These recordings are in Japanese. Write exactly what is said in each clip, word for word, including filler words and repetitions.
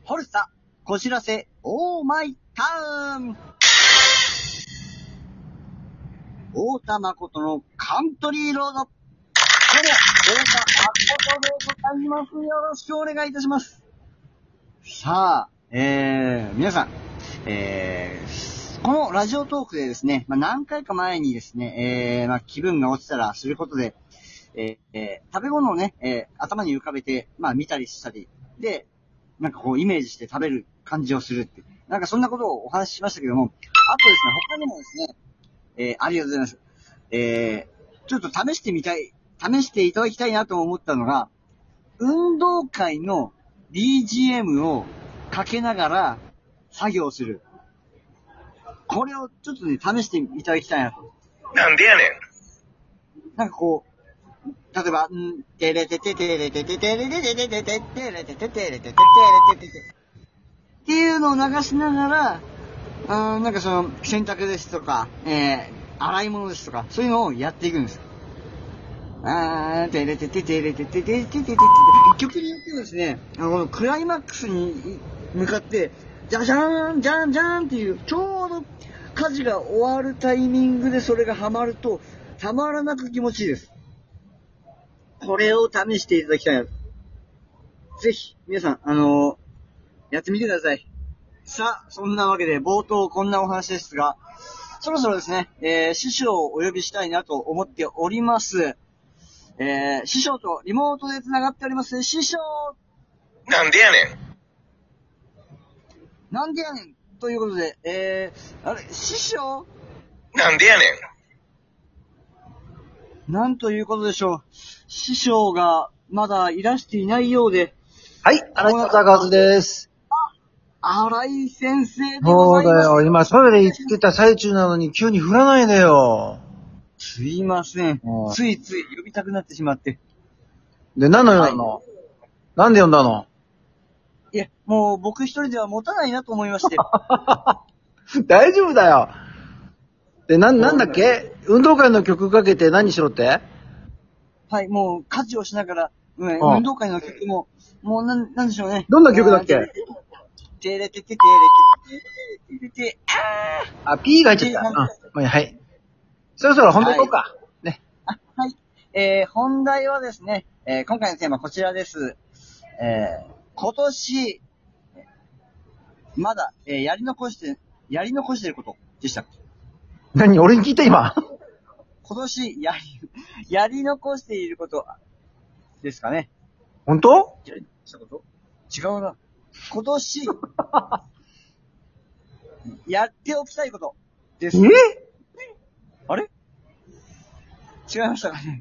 ホルスタ、こじらせ、オーマイターン。太田誠のカントリーロード。どうも、太田誠でございます。よろしくお願いいたします。さあ、えー、皆さん、えー、このラジオトークでですね、まあ、何回か前にですね、えー、まあ、気分が落ちたらすることで、えーえー、食べ物をね、えー、頭に浮かべて、まあ、見たりしたり、で、なんかこう、イメージして食べる感じをするって。なんかそんなことをお話ししましたけども、あとですね、他にもですね、えー、ありがとうございます。えー、ちょっと試してみたい、試していただきたいなと思ったのが、運動会の ビージーエム をかけながら作業する。これをちょっとね、試していただきたいなと。 なんでやねん。 なんかこう、例えば、んてれてててれてててれててててててれてててれてててれててっていうのを流しながら、あーなんかその洗濯ですとか、えー、洗い物ですとか、そういうのをやっていくんです。あーてれてててれててててててて曲によってはですね、あのこのクライマックスに向かってじゃじゃーんじゃんじゃんっていうちょうど家事が終わるタイミングでそれがハマるとたまらなく気持ちいいです。これを試していただきたいな。ぜひ皆さんあのー、やってみてください。さあ、そんなわけで冒頭こんなお話ですが、そろそろですね、えー、師匠をお呼びしたいなと思っております。えー、師匠とリモートで繋がっております。師匠なんでやねんなんでやねんということで、えー、あれ、師匠ん。なんでやねんなんということでしょう。師匠がまだいらしていないようで。 はい、荒井正和です。 荒井先生でそうございます。 だよ、今それで言ってた最中なのに急に振らないでよ。 すいません。 うんついつい呼びたくなってしまって。 で、何の用なの、はい、なんで呼んだの？ いや、もう僕一人では持たないなと思いまして。 大丈夫だよ。で、な、なんだっけ？運動会の曲かけて何しろって？ はい、もう家事をしながら、うん、運動会の曲も、もうなん、なんでしょうね。 どんな曲だっけ？ てれてててれててててて、 あー。あ、P が入っちゃった。うん。はい。そろそろ本題行こうか。はい、ね。 あ、はい。えー、本題はですね、えー、今回のテーマはこちらです。えー、今年、まだ、えー、やり残して、やり残していることでした。 何？俺に聞いた今。 今年、やり、やり残していることですかね。 本当？ やり残したこと？違うな。今年、やっておきたいことです。 え？ あれ？違いましたかね。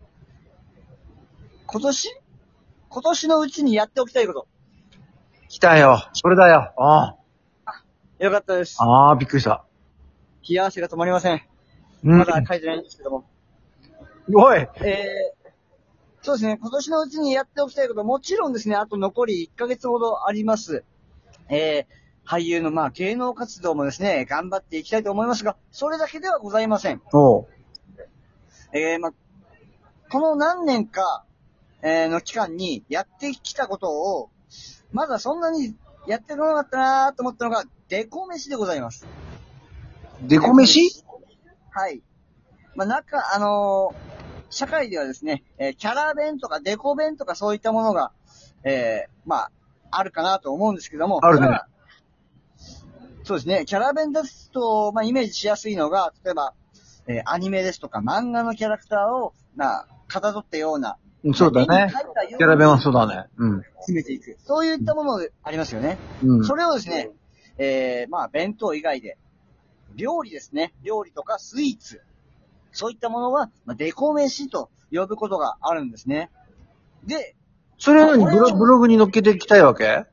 今年今年のうちにやっておきたいこと。 来たよ。それだよ。ああ。よかったです。 ああ、びっくりした。 冷や汗が止まりません。 うん、 まだ書いてないんですけども。 おい。 えー、そうですね。今年のうちにやっておきたいこと、もちろんですね、あと残りいっかげつほどあります。えー、俳優のまあ芸能活動もですね、頑張っていきたいと思いますが、それだけではございません。 おう。 えー、まあ、この何年か、えー、の期間にやってきたことを、まだそんなにやってこなかったなーと思ったのが、デコ飯でございます。 デコ飯？ はい。まあ、中、あのー、社会ではですね、えー、キャラ弁とかデコ弁とかそういったものが、えー、まあ、あるかなと思うんですけども。 あるね。 そうですね。キャラ弁ですと、まあ、イメージしやすいのが、例えば、えー、アニメですとか漫画のキャラクターを、まあ、かたどったような。 そうだね。キャラ弁はそうだね。うん。 詰めていく。そういったものありますよね。 うん。 それをですね、えー、まあ、弁当以外で、料理ですね。料理とかスイーツ。そういったものは、まあ、デコ飯と呼ぶことがあるんですね。で、 それは何？ブロ、ブログに載っけていきたいわけ？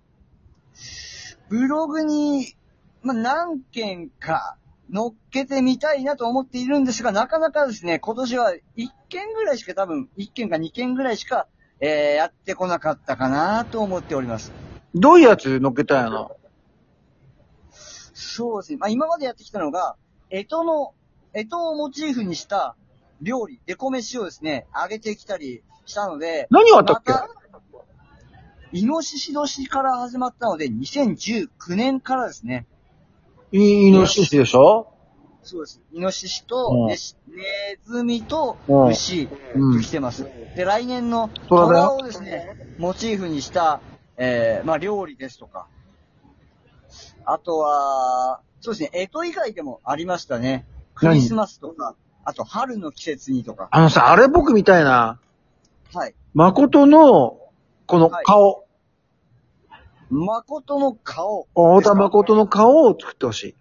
ブログに、まあ、何件か載っけてみたいなと思っているんですが、なかなかですね、今年はいっけんぐらいしか多分、いっけんかにけんぐらいしか、えー、やってこなかったかなと思っております。 どういうやつ載っけたいの？ そうですね。まあ、今までやってきたのが、干支の、干支をモチーフにした料理、デコ飯をですね、揚げてきたりしたので。 何があったっけ？ またイノシシ年から始まったので、にせんじゅうきゅうねんからですね。 い、イノシシでしょ？ そうです。イノシシと、 うんネシネズミとうん牛うんと来てます。で、来年の虎だよ虎をですね、モチーフにした、えー、まあ料理ですとか、あとは、そうですね、干支以外でもありましたね。クリスマスとか、あと春の季節にとか。 あのさ、あれ僕みたいな、 はい。 誠の、この顔。 誠の顔。 太田誠の顔を作ってほしい。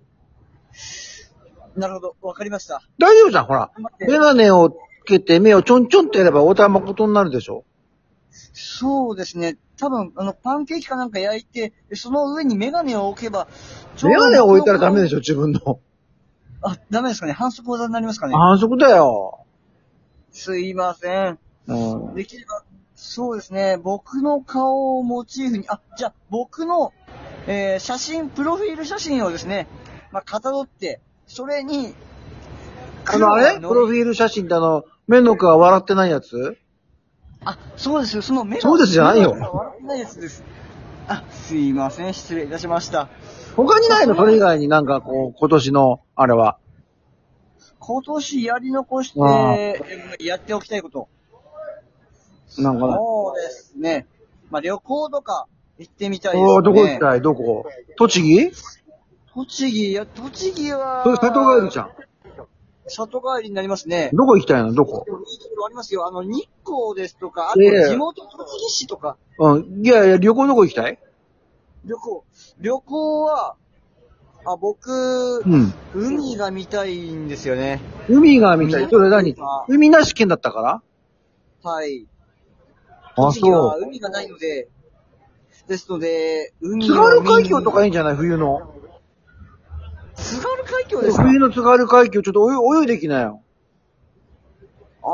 なるほど、わかりました。 大丈夫じゃん、ほら。 待ってメガネをつけて目をちょんちょんってやれば太田誠になるでしょ。 そうですね。多分、あの、パンケーキかなんか焼いて、でその上にメガネを置けば、 メガネを置いたらダメでしょ。 ょ、自分の。 あ、ダメですかね。反則技になりますかね。 反則だよ。 すいません。 うん。 できれば、そうですね。僕の顔をモチーフに、あ、じゃあ、僕の、えー、写真、プロフィール写真をですね、まあ、かたどって、それに、 あの、あれプロフィール写真ってあの、目の顔が笑ってないやつ？ あ、そうですよ。その目がそうですじゃないよ目が笑ってないやつです。あ、すいません。失礼いたしました。 他にないの？それ以外になんかこう、今年の、あれは。 今年やり残しあて、やっておきたいこと。 なんかね。 そうですね。まあ、旅行とか行ってみたいですね。 おー、どこ行きたい？どこ？栃木？ 栃木、いや、栃木は、 それ里帰りじゃん。 里帰りになりますね。 どこ行きたいの？どこ？ いいところありますよ。あの、日光ですとか、あといやいや地元栃木市とか、 うん。いやいや、旅行どこ行きたい？ 旅行。旅行は、あ、僕、 うん。 海が見たいんですよね。 海が見たい。それ何？ あ海なし県だったからはい。 あ、 栃木はそう。 海がないので、ですので、海津を軽海峡とかいいいんじゃない？冬の。 津軽海峡ですか？ 冬の津軽海峡ちょっと泳い泳いできなよ。 あ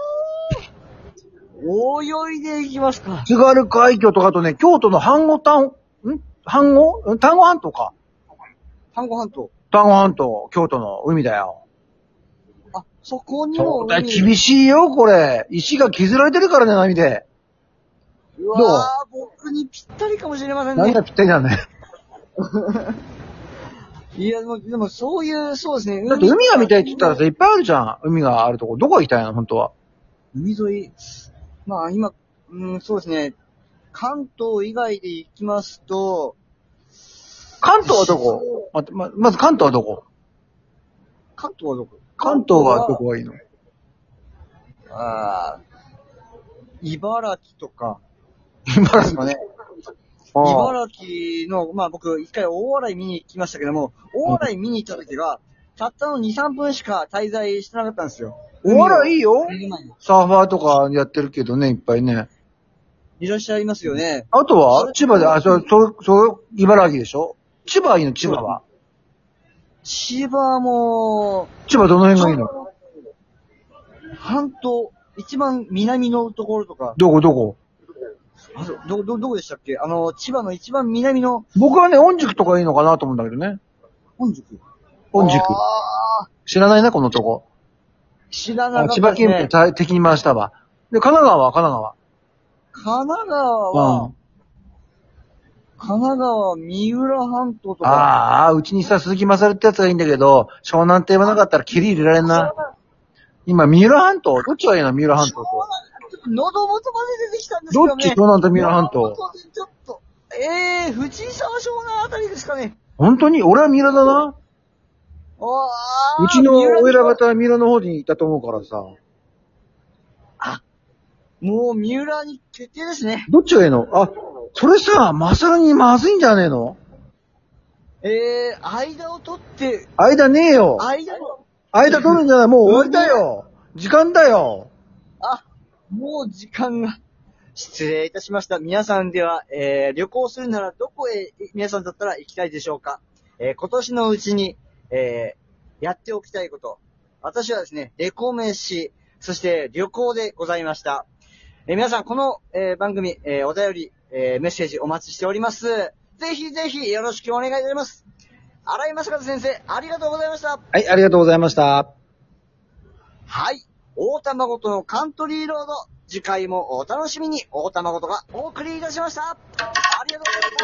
ー。泳いでいきますか。 津軽海峡とかあとね、京都の丹後丹、ん丹後ん丹後半島か。 丹後半島。 丹後半島、京都の海だよ。 あ、そこにもそうだ、 海。 厳しいよ、これ。石が削られてるからね、波で。 うわー、僕にぴったりかもしれませんね。 何がぴったりだね。 いや、でも、でもそういう、そうですね。 だって海が見たいって言ったらさ、いっぱいあるじゃん。海があるとこ。どこ行きたいの、本当は。 海沿い。まあ今、うん、そうですね。関東以外で行きますと、 関東はどこ待って、ま、まず関東はどこ関東はどこ？ 関東はどこがいいの？ ああ、茨城とか、 茨城ですかね。 ああ茨城の、まあ僕、一回大洗見に行きましたけども、大洗見に行った時は、たったのに、さんぷんしか滞在してなかったんですよ。 大洗いいよ。 海の前にサーファーとかやってるけどね、いっぱいね。 いらっしゃいますよね。 あとは千葉で、あ、そ、そ、そ、茨城でしょ？千葉いいの、千葉は。 千葉も、 千葉どの辺がいいの？ 半島、一番南のところとか、 どこどこ？ あとど、ど、どこでしたっけ？あの、千葉の一番南の僕はね、御宿とかいいのかなと思うんだけどね。 本宿。 御宿。 ああ、 知らないな、このとこ。 知らなかった千葉ですね。 県警敵に回したわ。で、神奈川は神奈川。 神奈川は、 うん。 神奈川、三浦半島とか。 ああ、うちにさ、鈴木勝ってやつがいいんだけど、湘南って言わなかったらキリ入れられんな。今、三浦半島どっちがいいの？三浦半島と。 喉元まで出てきたんですけどね。 どっち湘南と三浦半島。 喉元でちょっと、ええー、藤沢湘南あたりですかね。 本当に俺は三浦だな。 ああ。 うちの三浦お偉方は三浦の方にいたと思うからさ。 もう三浦に決定ですね。 どっちがいいの？あ、それさ、まさらにまずいんじゃねえの？ ええー、間を取って、 間ねえよ。 間を、 間取るんじゃない、もう終わりだよ。時間だよ。 あ、もう時間が。失礼いたしました。皆さんでは、えー、旅行するならどこへ皆さんだったら行きたいでしょうか？えー、今年のうちに、えー、やっておきたいこと。私はですね、レコメシ、そして旅行でございました。えー、皆さん、この、えー、番組、えー、お便り、えー、メッセージお待ちしております。ぜひぜひよろしくお願いいたします。荒井正和先生、ありがとうございました。 はい、ありがとうございました。 はい。大田誠のカントリーロード、 次回もお楽しみに、大田誠がお送りいたしました。ありがとうございました。